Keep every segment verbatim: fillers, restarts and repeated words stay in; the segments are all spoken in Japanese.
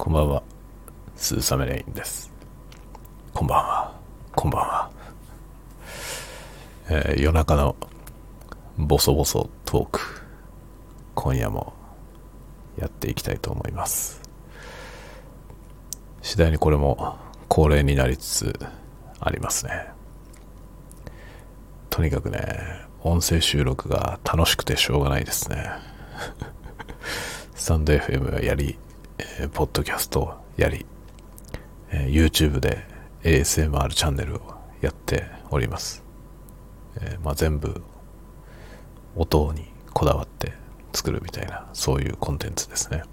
こんばんは、鈴雨レインです。こんばんは、こんばんは。えー夜中のボソボソトーク、今夜もやっていきたいと思います。次第にこれも恒例になりつつありますね。とにかくね、音声収録が楽しくてしょうがないですね。スタンド エフエム やり、えーポッドキャストやり、えー YouTube で エーエスエムアール チャンネルをやっております。えーまあ、全部音にこだわって作るみたいな、そういうコンテンツですね。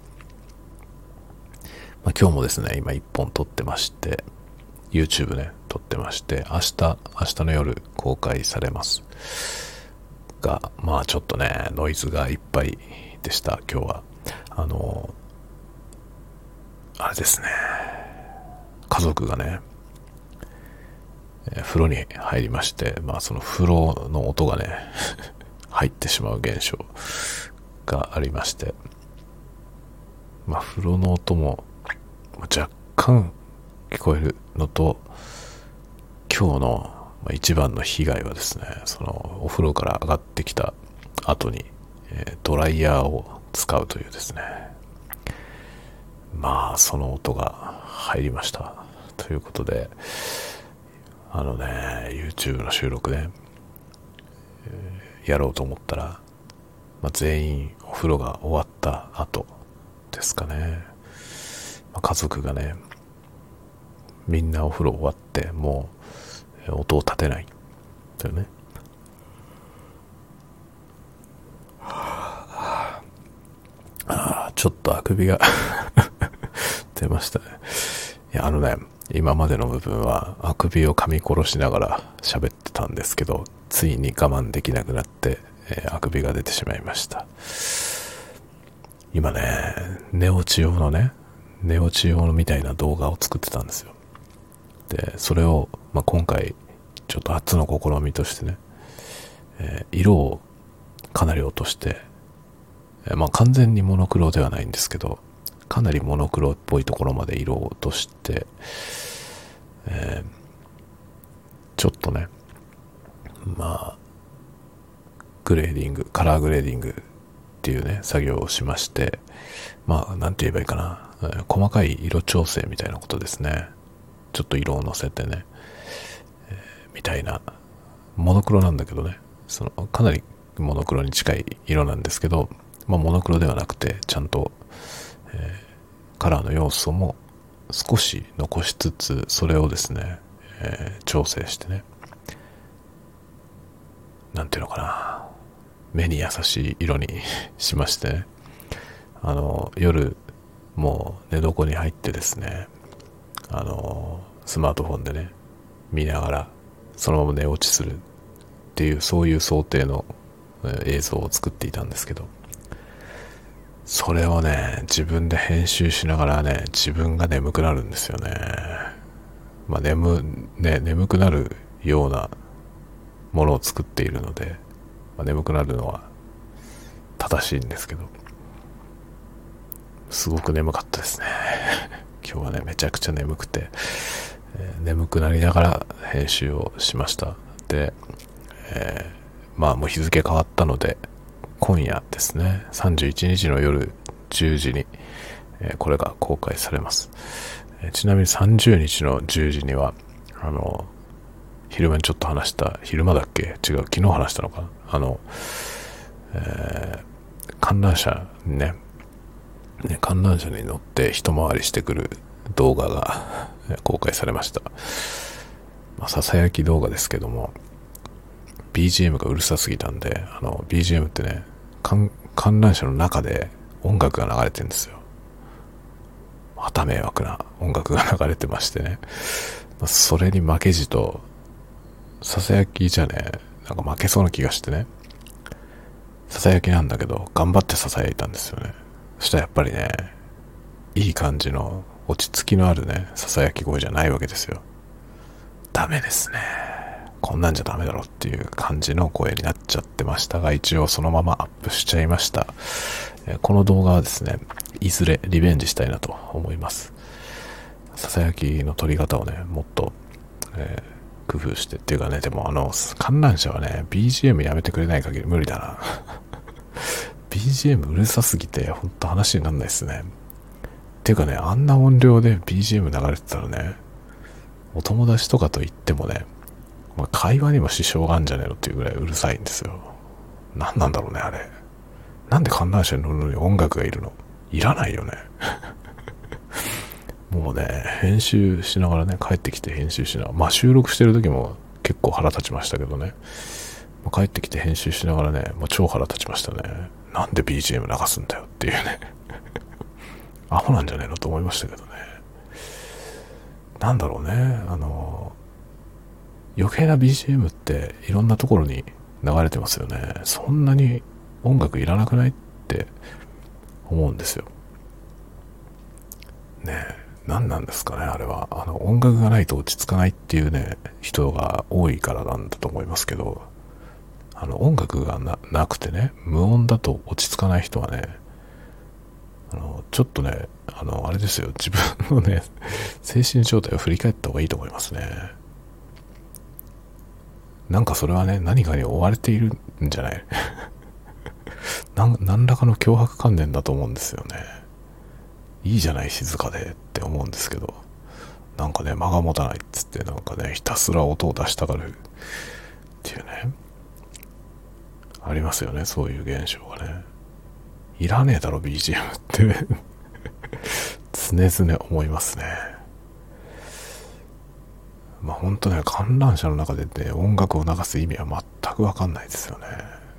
まあ、今日もですね、今一本撮ってまして、YouTube ね、撮ってまして、明日、明日の夜公開されます。が、まあちょっとね、ノイズがいっぱいでした、今日は。あの、あれですね、家族がね、えー風呂に入りまして、まあその風呂の音がね、入ってしまう現象がありまして、まあ風呂の音も若干聞こえるのと、今日の一番の被害はですね、そのお風呂から上がってきた後に、えードライヤーを使うというですね、まあその音が入りましたということで、あのね YouTube の収録ね、えーやろうと思ったら、まあ、全員お風呂が終わった後ですかね、まあ、家族がねみんなお風呂終わってもう音を立てないというね。あちょっとあくびが出ましたね。いや、あのね、今までの部分はあくびを噛み殺しながら喋ってたんですけど、ついに我慢できなくなって、えーあくびが出てしまいました。今ね、寝落ち用のね、寝落ち用のみたいな動画を作ってたんですよ。で、それを、まあ、今回、ちょっと初の試みとしてね、えー色をかなり落として、えーまあ完全にモノクロではないんですけど、かなりモノクロっぽいところまで色を落として、えーちょっとね、まあ、グレーディング、カラーグレーディングっていうね、作業をしまして、まあ、なんて言えばいいかな、えー細かい色調整みたいなことですね。ちょっと色を乗せてね、えーみたいな、モノクロなんだけどね、その、かなりモノクロに近い色なんですけど、まあ、モノクロではなくて、ちゃんと、えーカラーの要素も少し残しつつ、それをですね、えー調整してね、なんていうのかな、目に優しい色にしましてね、あの夜もう寝床に入ってですね、あのスマートフォンでね見ながらそのまま寝落ちするっていう、そういう想定のえー映像を作っていたんですけど、それをね自分で編集しながらね、自分が眠くなるんですよね。まあ眠ね眠くなるようなものを作っているので、まあ、眠くなるのは正しいんですけど、すごく眠かったですね。今日はねめちゃくちゃ眠くて、えー眠くなりながら編集をしました。で、えーまあもう日付変わったので、今夜ですね、さんじゅういちにちの夜じゅうじに、えーこれが公開されます。えーちなみにさんじゅうにちのじゅうじには、あの昼間にちょっと話した、昼間だっけ、違う、昨日話したのかな、あの、えー観覧車にねね、観覧車に乗って一回りしてくる動画が公開されました。まあ、ささやき動画ですけども、ビージーエム がうるさすぎたんで、あの ビージーエム ってね、観観覧車の中で音楽が流れてるんですよ。また迷惑な音楽が流れてましてね、まあ、それに負けじと、ささやきじゃね、なんか負けそうな気がしてね、ささやきなんだけど頑張ってささやいたんですよね。そしたらやっぱりね、いい感じの落ち着きのあるねささやき声じゃないわけですよ。ダメですね、こんなんじゃダメだろっていう感じの声になっちゃってましたが、一応そのままアップしちゃいました。えーこの動画はですね、 いずれリベンジしたいなと思います。ささやきの取り方をね、もっと、えー、工夫してっていうかね、でもあの、観覧車はね、ビージーエム やめてくれない限り無理だな。ビージーエム うるさすぎて、ほんと話にならないですね。っていうかね、あんな音量で ビージーエム 流れてたらね、お友達とかと言ってもね、まあ、会話にも支障があるんじゃねえのっていうぐらいうるさいんですよ。何なんだろうね、あれ。なんで観覧車に乗るのに音楽がいるの？いらないよね。もうね、編集しながらね、帰ってきて編集しながら、まあ収録してる時も結構腹立ちましたけどね、まあ、帰ってきて編集しながらね、まあ、超腹立ちましたね。なんで ビージーエム 流すんだよっていうね。アホなんじゃねえのと思いましたけどね。なんだろうね、あの、余計な ビージーエム っていろんなところに流れてますよね。そんなに音楽いらなくないって思うんですよ。ねえ、何なんですかね、あれは。あの、音楽がないと落ち着かないっていうね、人が多いからなんだと思いますけど、あの、音楽が な, なくてね、無音だと落ち着かない人はね、あの、ちょっとね、あの、あれですよ、自分のね、精神状態を振り返った方がいいと思いますね。なんかそれはね、何かに追われているんじゃないな何らかの強迫観念だと思うんですよね。いいじゃない静かでって思うんですけど、なんかね、間が持たないっつって、なんかね、ひたすら音を出したがるっていうね、ありますよね、そういう現象がね。いらねえだろ ビージーエム ってね常々思いますね。まあ本当ね、観覧車の中でね、音楽を流す意味は全くわかんないですよね。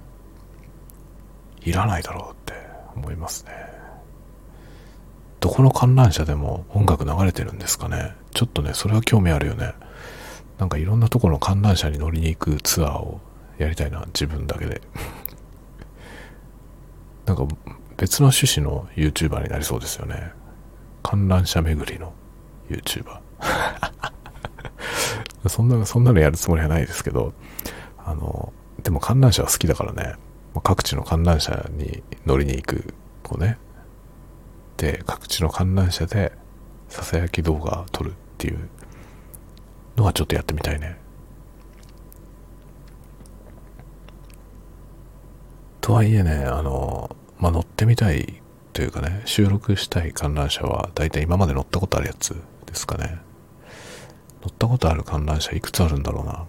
いらないだろうって思いますね。どこの観覧車でも音楽流れてるんですかね。ちょっとね、それは興味あるよね。なんかいろんなところの観覧車に乗りに行くツアーをやりたいな、自分だけで。なんか別の趣旨の YouTuber になりそうですよね。観覧車巡りの YouTuber。そんな、そんなのやるつもりはないですけど、あの、でも観覧車は好きだからね、各地の観覧車に乗りに行く、こうね、で、各地の観覧車でささやき動画を撮るっていうのはちょっとやってみたいね。とはいえね、あの、まあ、乗ってみたいというかね、収録したい観覧車はだいたい今まで乗ったことあるやつですかね。乗ったことある観覧車いくつあるんだろうな。ま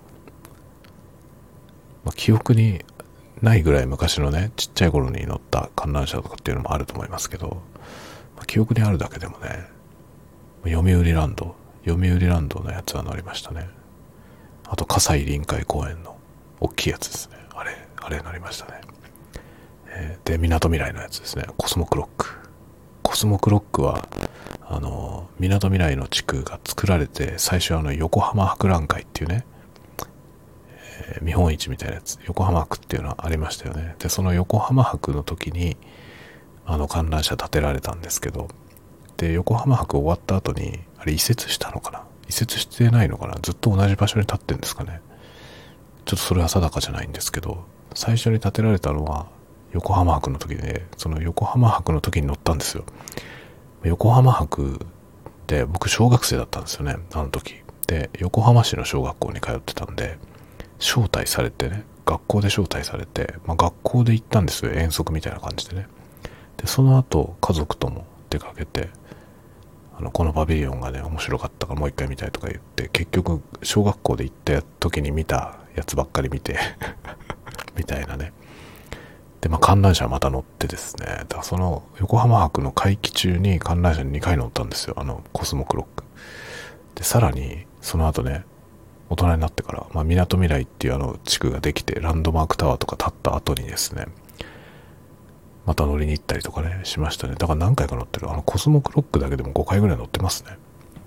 あ、記憶にないぐらい昔のね、ちっちゃい頃に乗った観覧車とかっていうのもあると思いますけど、まあ、記憶にあるだけでもね、読売ランド、読売ランドのやつは乗りましたね。あと、葛西臨海公園の大きいやつですね。あれ、あれ乗りましたね。えー、で、みなとみらいのやつですね。コスモクロック。コスモクロックは、あの、みなとみらいの地区が作られて、最初あの、横浜博覧会っていうね、えー、見本市みたいなやつ、横浜博っていうのはありましたよね。で、その横浜博の時に、あの、観覧車建てられたんですけど、で、横浜博終わった後に、あれ移設したのかな、移設してないのかな、ずっと同じ場所に立ってるんですかね。ちょっとそれは定かじゃないんですけど、最初に建てられたのは横浜博の時で、その横浜博の時に乗ったんですよ。横浜博で僕小学生だったんですよね、あの時。で、横浜市の小学校に通ってたんで、招待されてね、学校で招待されて、まあ、学校で行ったんですよ、遠足みたいな感じでね。で、その後家族とも出かけて、あのこのパビリオンがね面白かったからもう一回見たいとか言って、結局小学校で行った時に見たやつばっかり見てみたいなね。で、まあ観覧車また乗ってですね、だからその横浜博の会期中に観覧車ににかい乗ったんですよ、あのコスモクロックで。さらにその後ね、大人になってから、まあ、みなとみらいっていうあの地区ができて、ランドマークタワーとか建った後にですね、また乗りに行ったりとかねしましたね。だから何回か乗ってる。あのコスモクロックだけでもごかいぐらい乗ってますね。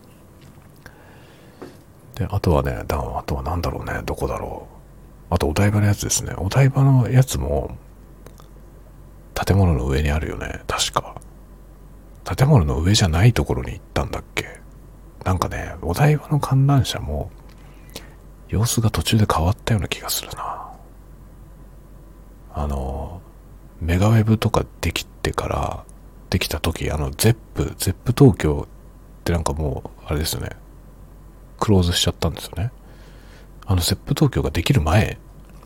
で、あとはね、だあとはなんだろうね、どこだろう。あとお台場のやつですね。お台場のやつも建物の上にあるよね、確か。建物の上じゃないところに行ったんだっけ。なんかね、お台場の観覧車も様子が途中で変わったような気がするな。あのメガウェブとかできてからってきた時、あのゼップゼップ東京ってなんかもうあれですよね、クローズしちゃったんですよね。あのゼップ東京ができる前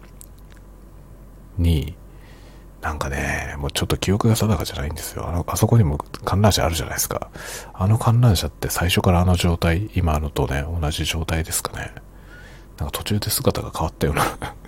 に、なんかね、もうちょっと記憶が定かじゃないんですよ。あの、あそこにも観覧車あるじゃないですか。あの観覧車って最初からあの状態、今あのとね、同じ状態ですかね。なんか途中で姿が変わったような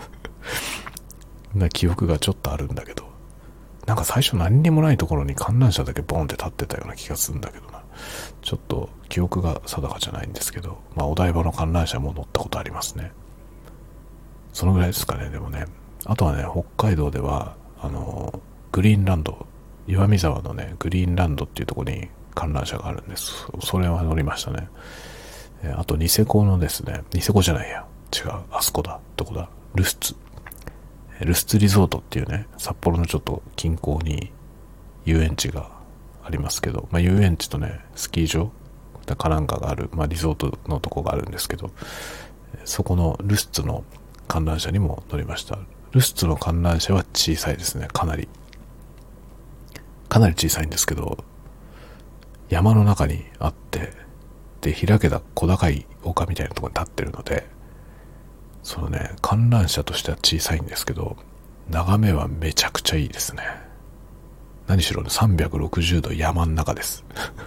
な記憶がちょっとあるんだけど、なんか最初何にもないところに観覧車だけボンって立ってたような気がするんだけどな。ちょっと記憶が定かじゃないんですけど、まあお台場の観覧車も乗ったことありますね。そのぐらいですかね。でもね、あとはね、北海道ではあのグリーンランド、岩見沢のねグリーンランドっていうところに観覧車があるんです。それは乗りましたね。えあとニセコのですね、ニセコじゃないや、違う、あそこだ、どこだ、ルスツルスツリゾートっていうね、札幌のちょっと近郊に遊園地がありますけど、まあ、遊園地とねスキー場かなんかがある、まあ、リゾートのとこがあるんですけど、そこのルスツの観覧車にも乗りました。ルスツの観覧車は小さいですね。かなりかなり小さいんですけど、山の中にあって、で開けた小高い丘みたいなところに立ってるので、そのね観覧車としては小さいんですけど、眺めはめちゃくちゃいいですね。何しろねさんびゃくろくじゅうど山の中です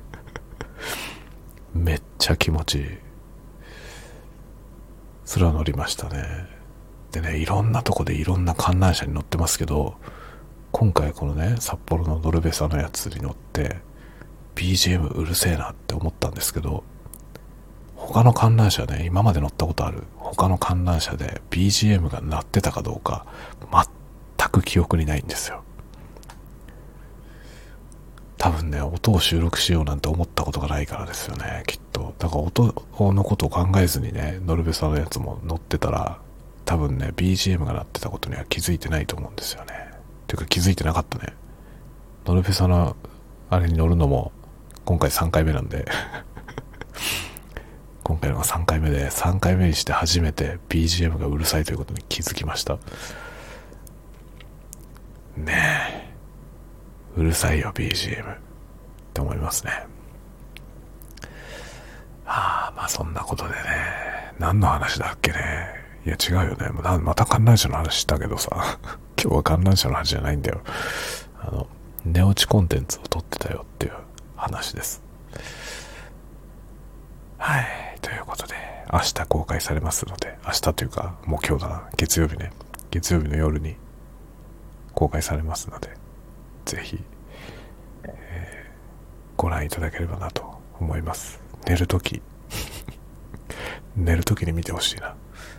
めっちゃ気持ちいい。それは乗りましたね。でね、いろんなとこでいろんな観覧車に乗ってますけど、今回このね札幌のドルベサのやつに乗って ビージーエム うるせえなって思ったんですけど、他の観覧車ね、今まで乗ったことある他の観覧車で ビージーエム が鳴ってたかどうか全く記憶にないんですよ。多分ね、音を収録しようなんて思ったことがないからですよね、きっと。だから音のことを考えずにね、ノルベサのやつも乗ってたら、多分ね ビージーエム が鳴ってたことには気づいてないと思うんですよね。ていうか気づいてなかったね。ノルベサのあれに乗るのも今回さんかいめなんで今回のがさんかいめで、さんかいめにして初めて ビージーエム がうるさいということに気づきました。ねえ、うるさいよ ビージーエム って思いますね。ああ、まあそんなことでね、何の話だっけね。いや違うよね、また観覧車の話したけどさ今日は観覧車の話じゃないんだよ。あの寝落ちコンテンツを撮ってたよっていう話です。はい、ということで明日公開されますので、明日というかもう今日だな、月曜日ね、月曜日の夜に公開されますので、ぜひ、えー、ご覧いただければなと思います。寝るとき寝るときに見てほしいな。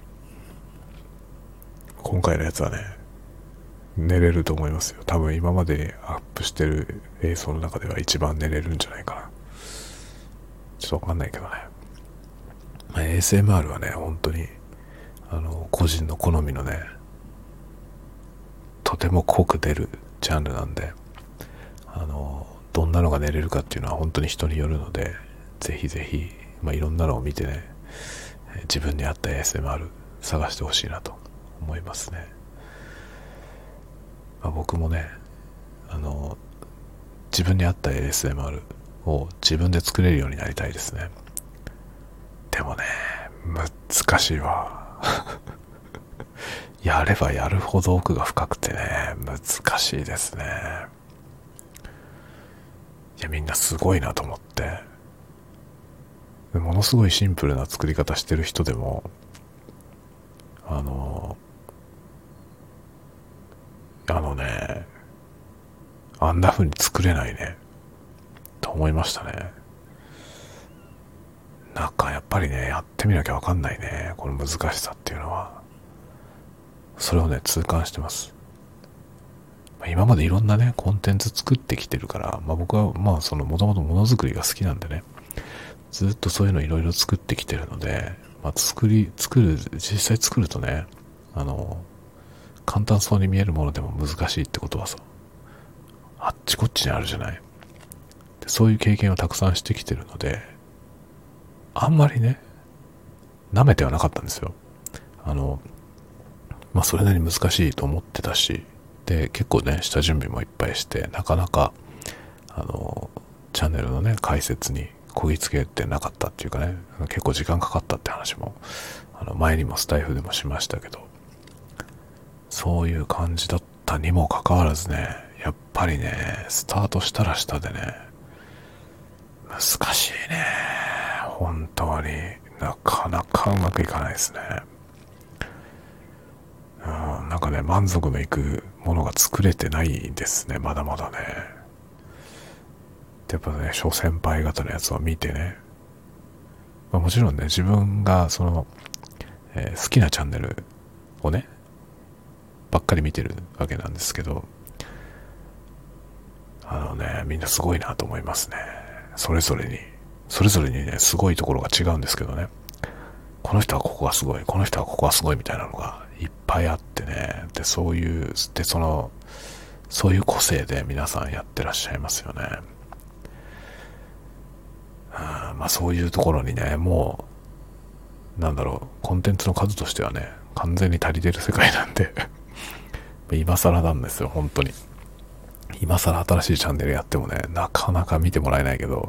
今回のやつはね、寝れると思いますよ。多分今までアップしてる映像の中では一番寝れるんじゃないかな。ちょっとわかんないけどね。まあ、エーエスエムアール はね、本当にあの個人の好みのね、とても濃く出るジャンルなんで、あのどんなのが寝れるかっていうのは本当に人によるので、ぜひぜひ、まあ、いろんなのを見てね、自分に合った エーエスエムアール 探してほしいなと思いますね。まあ、僕もね、あの自分に合った エーエスエムアール を自分で作れるようになりたいですね。でもね、難しいわやればやるほど奥が深くてね、難しいですね。いや、みんなすごいなと思って、ものすごいシンプルな作り方してる人でも、あのあのね、あんな風に作れないねと思いましたね。なんかやっぱりね、やってみなきゃわかんないね、この難しさっていうのは。それをね、痛感してます。今までいろんなねコンテンツ作ってきてるから、まあ、僕はまあそのもともとものづくりが好きなんでね、ずっとそういうのいろいろ作ってきてるので、まあ、作り作る実際作るとね、あの簡単そうに見えるものでも難しいってことはさ、あっちこっちにあるじゃない。でそういう経験をたくさんしてきてるので、あんまりね舐めてはなかったんですよ。あのまあそれなりに難しいと思ってたし、で結構ね下準備もいっぱいして、なかなかあのチャンネルのね解説にこぎつけてなかったっていうかね、結構時間かかったって話もあの前にもスタイフでもしましたけど、そういう感じだったにもかかわらずね、やっぱりねスタートしたらしたでね難しいね、本当になかなかうまくいかないですね。うん、なんかね満足のいくものが作れてないですね、まだまだね。やっぱね諸先輩方のやつを見てね、まあ、もちろんね自分がその、えー、好きなチャンネルをねばっかり見てるわけなんですけど、あのねみんなすごいなと思いますね。それぞれにそれぞれにねすごいところが違うんですけどね、この人はここがすごい、この人はここがすごいみたいなのがいっぱいあってね、でそういうでそのそういう個性で皆さんやってらっしゃいますよね。あまあそういうところにねもうなんだろうコンテンツの数としてはね完全に足りてる世界なんで今更なんですよ本当に。今更新しいチャンネルやってもねなかなか見てもらえないけど、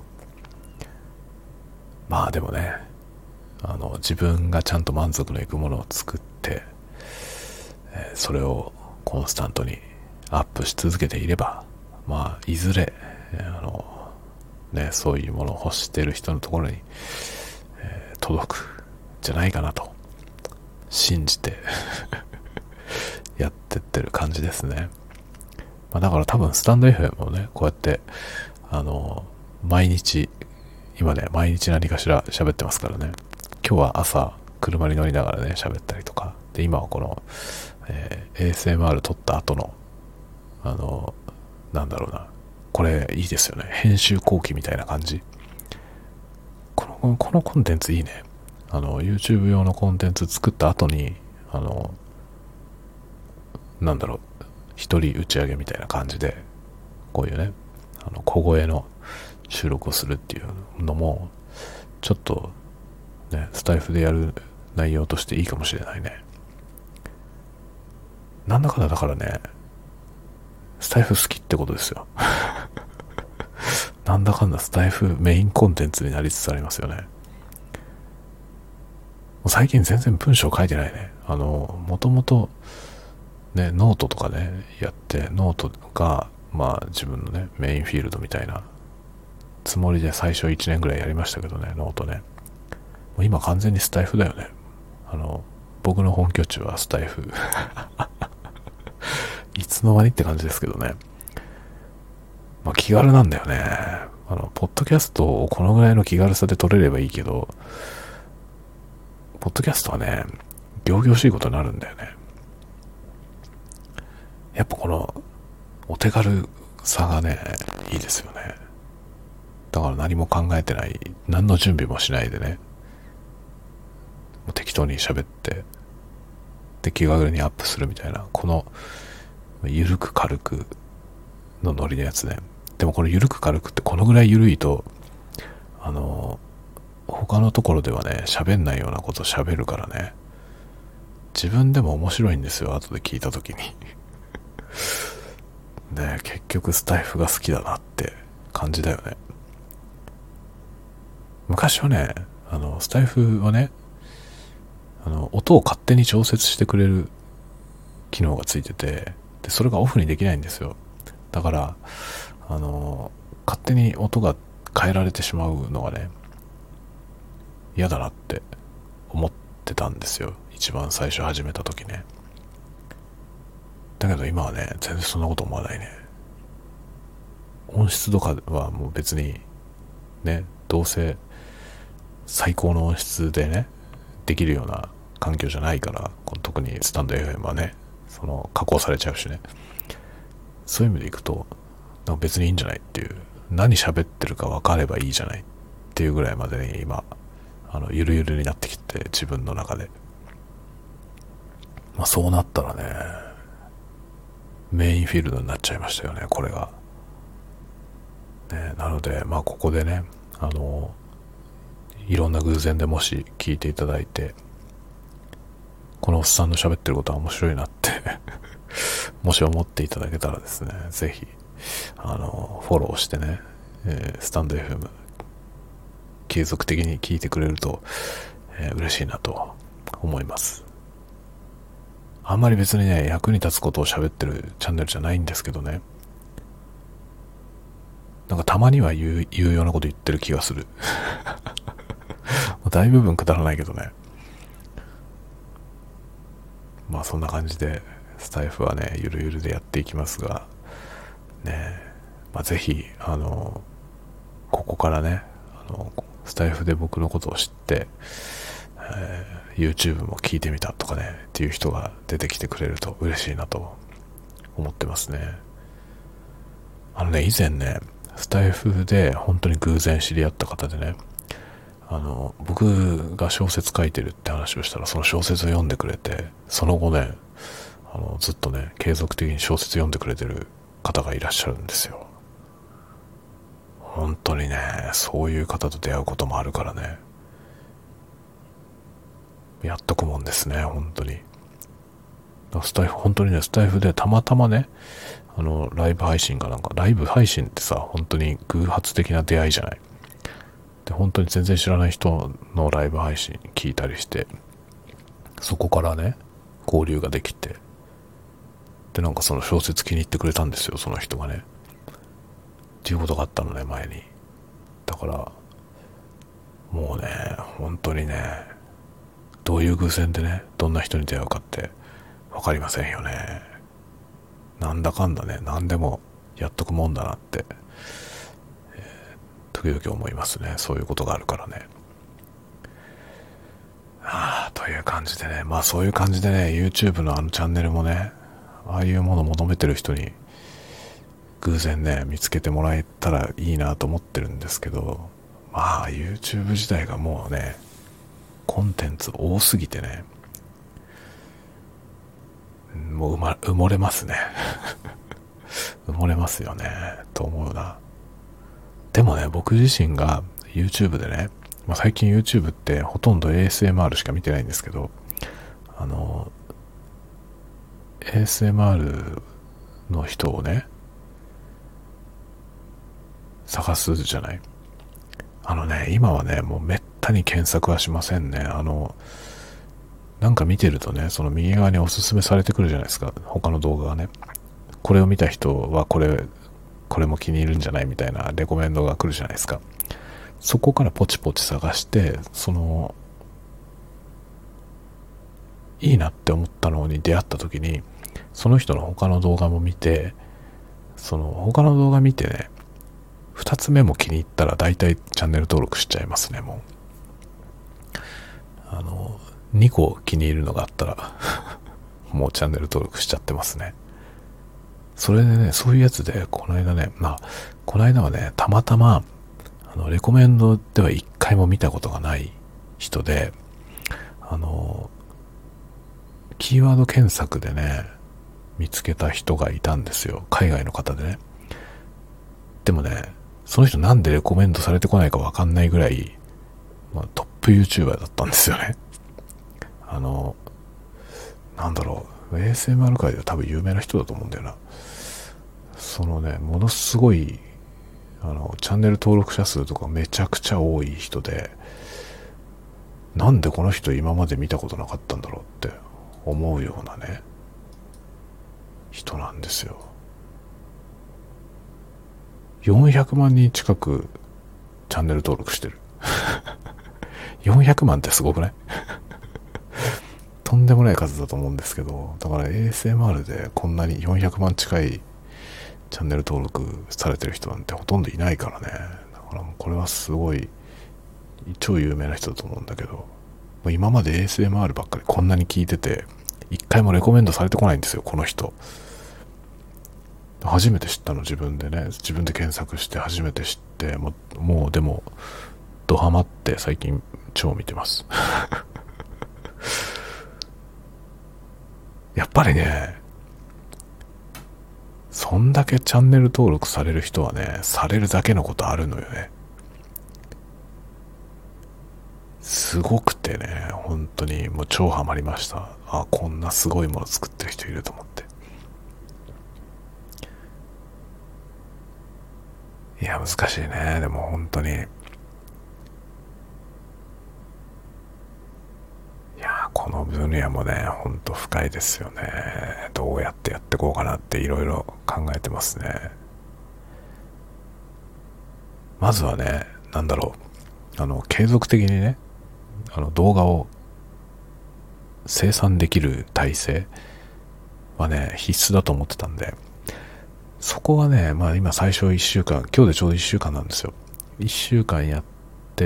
まあでもねあの自分がちゃんと満足のいくものを作って、えーそれをコンスタントにアップし続けていれば、まあいずれ、えーあのねそういうものを欲している人のところに、えー届くじゃないかなと信じてやってってる感じですね。まあ、だから多分スタンド エフエム もねこうやってあの毎日今ね毎日何かしら喋ってますからね。今日は朝車に乗りながらね喋ったりとかで、今はこの、えー、エーエスエムアール 撮った後のあのなんだろうな、これいいですよね、編集後期みたいな感じ。このこのコンテンツいいね。あの YouTube 用のコンテンツ作った後にあのなんだろう一人打ち上げみたいな感じでこういうねあの小声の収録をするっていうのもちょっとねスタイフでやる内容としていいかもしれないね。なんだかんだだからねスタイフ好きってことですよなんだかんだスタイフメインコンテンツになりつつありますよね。もう最近全然文章書いてないね。あのもともとねノートとかねやって、ノートがまあ自分のねメインフィールドみたいなつもりで最初いちねんぐらいやりましたけどね、ノートね。もう今完全にスタイフだよね。あの僕の本拠地はスタイフいつの間にって感じですけどね。まあ気軽なんだよね。あのポッドキャストをこのぐらいの気軽さで撮れればいいけど、ポッドキャストはね仰々しいことになるんだよね。やっぱこのお手軽さがねいいですよね。だから何も考えてない、何の準備もしないでねもう適当に喋ってで気軽にアップするみたいな、このゆるく軽くのノリのやつね。でもこのゆるく軽くってこのぐらいゆるいとあの他のところではね喋んないようなこと喋るからね、自分でも面白いんですよ後で聞いた時にね、結局スタイフが好きだなって感じだよね。昔はねあのスタイフはねあの音を勝手に調節してくれる機能がついてて、でそれがオフにできないんですよ。だからあの勝手に音が変えられてしまうのがね嫌だなって思ってたんですよ、一番最初始めた時ね。だけど今はね全然そんなこと思わないね。音質とかはもう別にねどうせ最高の音質でねできるような環境じゃないから、特にスタンド エフエム はねその加工されちゃうしね、そういう意味でいくとなんか別にいいんじゃないっていう、何喋ってるか分かればいいじゃないっていうぐらいまでに今あのゆるゆるになってきて自分の中で、まあそうなったらねメインフィールドになっちゃいましたよねこれがね。なのでまあここでねあのいろんな偶然でもし聞いていただいてこのおっさんの喋ってることは面白いなってもし思っていただけたらですね、ぜひあのフォローしてね、えー、スタンド エフエム 継続的に聞いてくれると、えー、嬉しいなと思います。あんまり別にね、役に立つことを喋ってるチャンネルじゃないんですけどね、なんかたまには言う、言うようなこと言ってる気がする。大部分くだらないけどね。まあそんな感じでスタイフはね、ゆるゆるでやっていきますがね、まあ、ぜひあのここからね、あのスタイフで僕のことを知って、えー、YouTube も聞いてみたとかねっていう人が出てきてくれると嬉しいなと思ってますね。あのね、以前ね、スタイフで本当に偶然知り合った方でね、あの僕が小説書いてるって話をしたら、その小説を読んでくれて、その後ね、あのずっとね継続的に小説読んでくれてる方がいらっしゃるんですよ。本当にね、そういう方と出会うこともあるからね、やっとくもんですね、本当に。スタイフ、本当にね、スタイフでたまたまね、あのライブ配信がなんか、ライブ配信ってさ、本当に偶発的な出会いじゃない。で、本当に全然知らない人のライブ配信聞いたりして、そこからね交流ができて、でなんかその小説気に入ってくれたんですよ、その人がね。っていうことがあったのね、前に。だからもうね、本当にね、どういう偶然でね、どんな人に出会うかって分かりませんよね。なんだかんだね、何でもやっとくもんだなって、えー、時々思いますね。そういうことがあるからね。ああ、という感じでね、まあそういう感じでね、YouTube のあのチャンネルもね、ああいうものを求めてる人に偶然ね見つけてもらえたらいいなと思ってるんですけど、まあ YouTube 自体がもうね、コンテンツ多すぎてね、もう埋、ま、埋もれますね。埋もれますよねと思うな。でもね、僕自身が YouTube でね、まあ、最近 YouTube ってほとんど エーエスエムアール しか見てないんですけど、あの エーエスエムアール の人をね探すじゃない。あのね、今はね、もうめったに検索はしませんね。あのなんか見てるとね、その右側におすすめされてくるじゃないですか、他の動画がね。これを見た人はこれこれも気に入るんじゃないみたいなレコメンドが来るじゃないですか。そこからポチポチ探して、そのいいなって思ったのに出会った時に、その人の他の動画も見て、その他の動画見てね、二つ目も気に入ったら大体チャンネル登録しちゃいますね。もうあのにこ気に入るのがあったらもうチャンネル登録しちゃってますね。それでね、そういうやつでこの間ね、まあこの間はね、たまたまあのレコメンドでは一回も見たことがない人で、あのキーワード検索でね見つけた人がいたんですよ、海外の方でね。でもね、その人なんでレコメンドされてこないかわかんないぐらい、まあ、トップ YouTuber だったんですよね。あのなんだろう、 エーエスエムアール 界では多分有名な人だと思うんだよな。そのね、ものすごいあのチャンネル登録者数とかめちゃくちゃ多い人で、なんでこの人今まで見たことなかったんだろうって思うようなね人なんですよ。よんひゃくまんにん近くチャンネル登録してる。よんひゃくまんってすごくない？とんでもない数だと思うんですけど、だから エーエスエムアール でこんなによんひゃくまん近いチャンネル登録されてる人なんてほとんどいないからね。だからもうこれはすごい超有名な人だと思うんだけど、もう今まで エーエスエムアール ばっかりこんなに聞いてて、一回もレコメンドされてこないんですよ、この人。初めて知ったの、自分でね、自分で検索して初めて知って、もう、もうでもドハマって最近超見てます。やっぱりね、そんだけチャンネル登録される人はね、されるだけのことあるのよね。すごくてね、本当にもう超ハマりました。あ、こんなすごいもの作ってる人いると思って。 いや、難しいね。でも本当に。いや、この分野もね、本当深いですよね。どうやってやっていこうかなっていろいろ考えてますね。まずはね、なんだろう。あの、継続的にね、あの動画を生産できる体制はね、必須だと思ってたんで、そこはね、まあ今最初いっしゅうかん、今日でちょうどいっしゅうかんなんですよ。いっしゅうかんやって、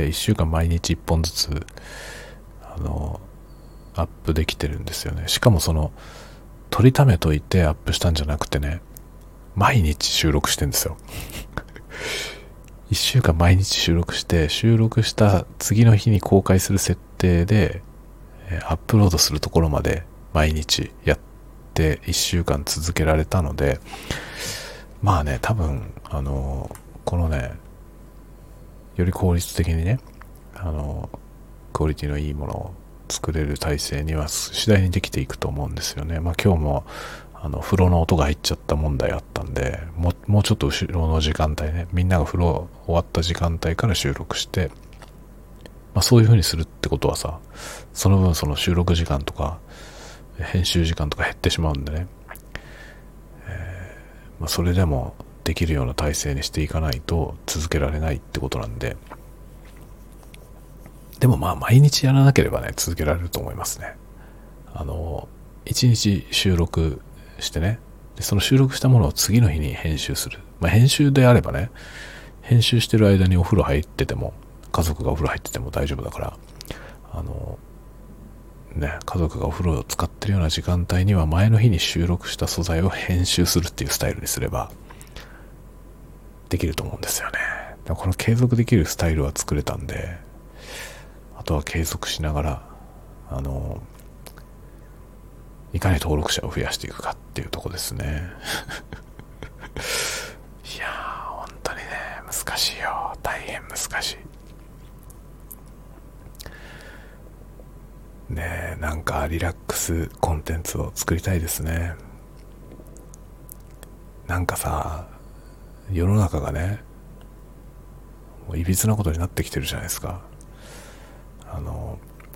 いっしゅうかん毎日いっぽんずつ、あの、アップできてるんですよね。しかもその、取りためといてアップしたんじゃなくてね、毎日収録してんですよ。いっしゅうかん毎日収録して、収録した次の日に公開する設定で、アップロードするところまで毎日やっていっしゅうかん続けられたので、まあね、多分、あの、このね、より効率的にね、あの、クオリティのいいものを作れる体制には次第にできていくと思うんですよね。まあ今日も、あの、風呂の音が入っちゃった問題あったんで、もう、もうちょっと後ろの時間帯ね、みんなが風呂終わった時間帯から収録して、まあそういう風にするってことはさ、その分その収録時間とか、編集時間とか減ってしまうんでね、まあ、それでもできるような体制にしていかないと続けられないってことなんで、でもまあ毎日やらなければね、続けられると思いますね。あの、一日収録してね、でその収録したものを次の日に編集する。まあ編集であればね、編集してる間にお風呂入ってても、家族がお風呂入ってても大丈夫だから、あの、ね、家族がお風呂を使ってるような時間帯には前の日に収録した素材を編集するっていうスタイルにすればできると思うんですよね。この継続できるスタイルは作れたんで、あとは継続しながら、あの、いかに登録者を増やしていくかっていうとこですね。いやー、本当にね、難しいよ。大変難しい。ねえ、なんかリラックスコンテンツを作りたいですね。なんかさ、世の中がね、もういびつなことになってきてるじゃないですか。あの、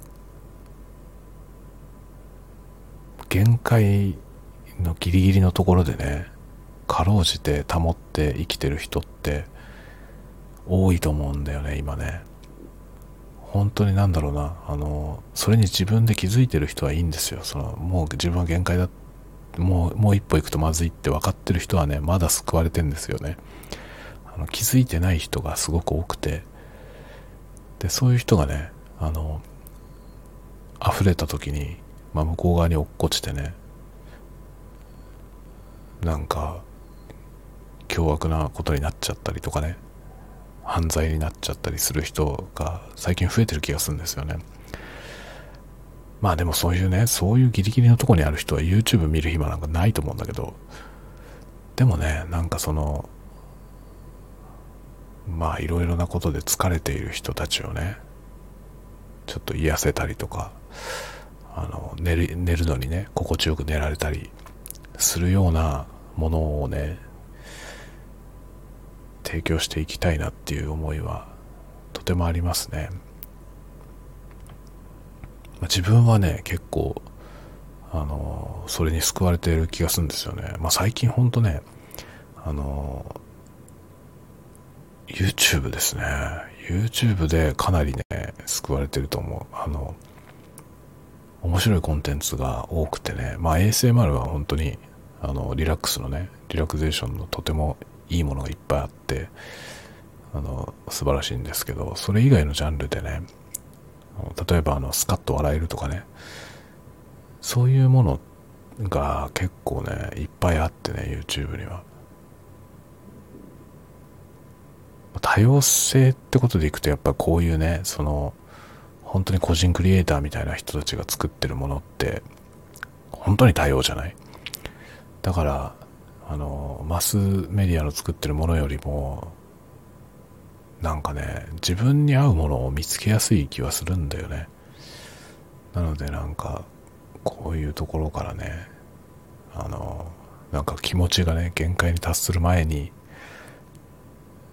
限界のギリギリのところでね、かろうじて保って生きてる人って多いと思うんだよね、今ね。本当になんだろうな、あの、それに自分で気づいてる人はいいんですよ。その、もう自分は限界だ、もう、もう一歩行くとまずいって分かってる人はね、まだ救われてんですよね。あの、気づいてない人がすごく多くて、で、そういう人がね、あの、溢れた時に、まあ、向こう側に落っこちてね、なんか、凶悪なことになっちゃったりとかね、犯罪になっちゃったりする人が最近増えてる気がするんですよね。まあでもそういうね、そういうギリギリのとこにある人は YouTube 見る暇なんかないと思うんだけど、でもね、なんかその、まあいろいろなことで疲れている人たちをね、ちょっと癒せたりとか、あの、寝る、寝るのにね、心地よく寝られたりするようなものをね、提供していきたいなっていう思いはとてもありますね。まあ、自分はね、結構、あの、それに救われている気がするんですよね。まあ最近ほんとね、あの、YouTube ですね。YouTube でかなりね、救われてると思う。あの、面白いコンテンツが多くてね、まあ エーエスエムアール は本当に、あの、リラックスのね、リラクゼーションのとてもいいものがいっぱいあって、あの、素晴らしいんですけど、それ以外のジャンルでね、例えばあの、スカッと笑えるとかね、そういうものが結構ね、いっぱいあってね、YouTube には。多様性ってことでいくと、やっぱこういうね、その、本当に個人クリエイターみたいな人たちが作ってるものって、本当に多様じゃない？だから、あの、マスメディアの作ってるものよりも、なんかね、自分に合うものを見つけやすい気はするんだよね。なのでなんか、こういうところからね、あの、なんか気持ちがね、限界に達する前に、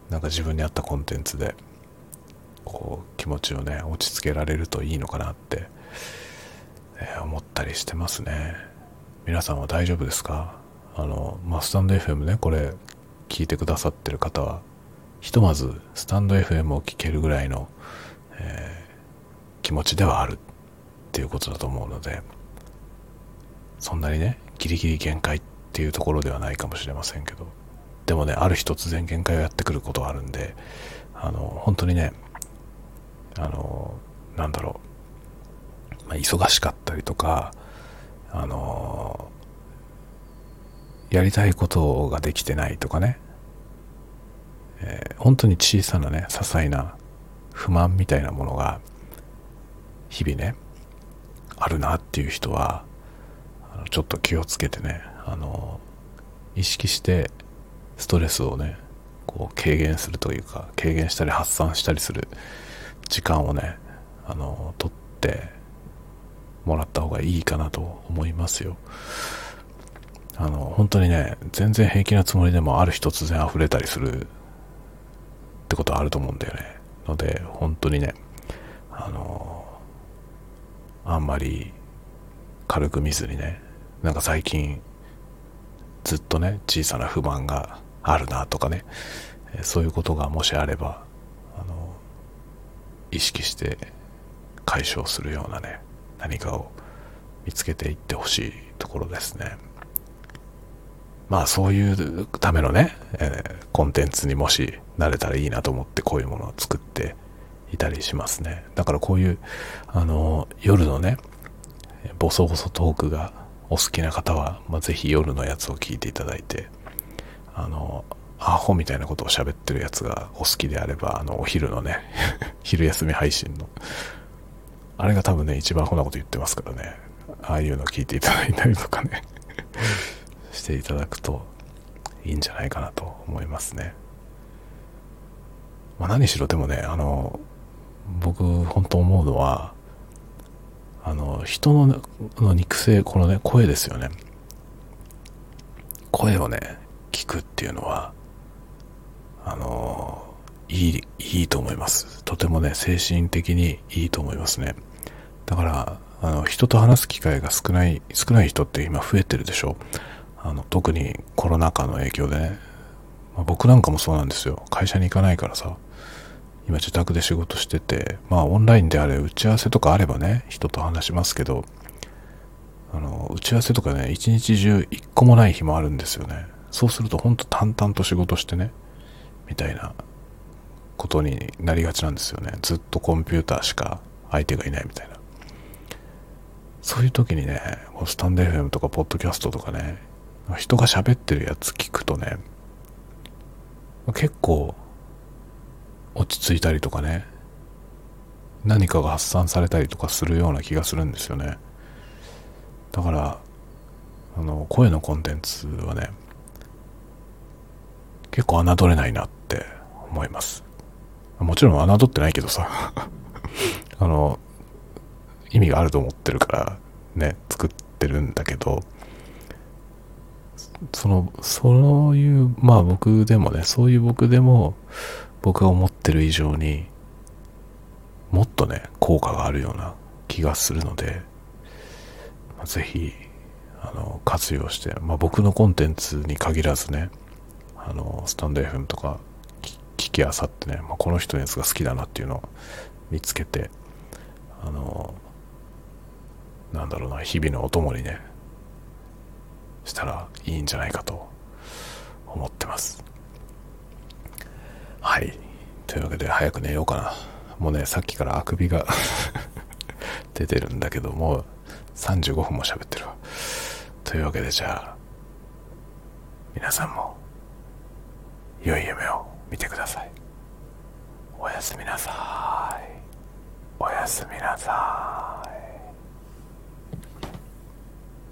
なんか自分に合ったコンテンツでこう気持ちをね落ち着けられるといいのかなって、えー思ったりしてますね。皆さんは大丈夫ですか？あの、まあ、スタンド エフエム ね、これ聞いてくださってる方はひとまずスタンド エフエム を聞けるぐらいの、えー気持ちではあるっていうことだと思うので、そんなにねギリギリ限界っていうところではないかもしれませんけど、でもねある日突然限界がやってくることがあるんで、あの本当にねあのなんだろう、まあ、忙しかったりとか、あのやりたいことができてないとかね、えー本当に小さなね些細な不満みたいなものが日々ねあるなっていう人は、あのちょっと気をつけてね、あの意識してストレスをねこう軽減するというか、軽減したり発散したりする時間をねあの取ってもらった方がいいかなと思いますよ。あの本当にね全然平気なつもりでもある日突然溢れたりするってことあると思うんだよね。ので本当にねあのあんまり軽く見ずにね、なんか最近ずっとね小さな不満があるなとかね、そういうことがもしあればあの意識して解消するようなね何かを見つけていってほしいところですね。まあそういうためのね、えーコンテンツにもしなれたらいいなと思ってこういうものを作っていたりしますね。だからこういうあの夜のねボソボソトークがお好きな方は、まあ、ぜひ夜のやつを聞いていただいて、あのアホみたいなことを喋ってるやつがお好きであれば、あのお昼のね昼休み配信のあれが多分ね一番アホなこと言ってますからね、ああいうの聞いていただいたりとかねしていただくといいんじゃないかなと思いますね。まあ、何しろでもね、あの僕本当思うのは、あの人のの肉声、このね声ですよね。声をね聞くっていうのはあのいいいいと思います。とてもね精神的にいいと思いますね。だからあの人と話す機会が少ない少ない人って今増えてるでしょ。あの特にコロナ禍の影響でね、まあ、僕なんかもそうなんですよ。会社に行かないからさ、今自宅で仕事してて、まあオンラインであれ打ち合わせとかあればね人と話しますけど、あの打ち合わせとかね一日中一個もない日もあるんですよね。そうすると本当淡々と仕事してねみたいなことになりがちなんですよね。ずっとコンピューターしか相手がいないみたいな。そういう時にねスタンド エフエム とかポッドキャストとかね人が喋ってるやつ聞くとね結構落ち着いたりとかね、何かが発散されたりとかするような気がするんですよね。だからあの声のコンテンツはね結構侮れないなって思います。もちろん侮ってないけどさあの意味があると思ってるからね作ってるんだけど、そのそういうまあ僕でもねそういう僕でも僕が思ってる以上にもっとね効果があるような気がするので、まあ、ぜひあの活用して、まあ、僕のコンテンツに限らずねあのスタンド エフエム とか聞きあさってね、まあ、この人のやつが好きだなっていうのを見つけて、あのなんだろうな日々のお供にねしたらいいんじゃないかと思ってます。はい、というわけで早く寝ようかな。もうねさっきからあくびが出てるんだけどもうさんじゅうごふんも喋ってるわ。というわけでじゃあ皆さんも良い夢を見てください。おやすみなさい。おやすみなさい。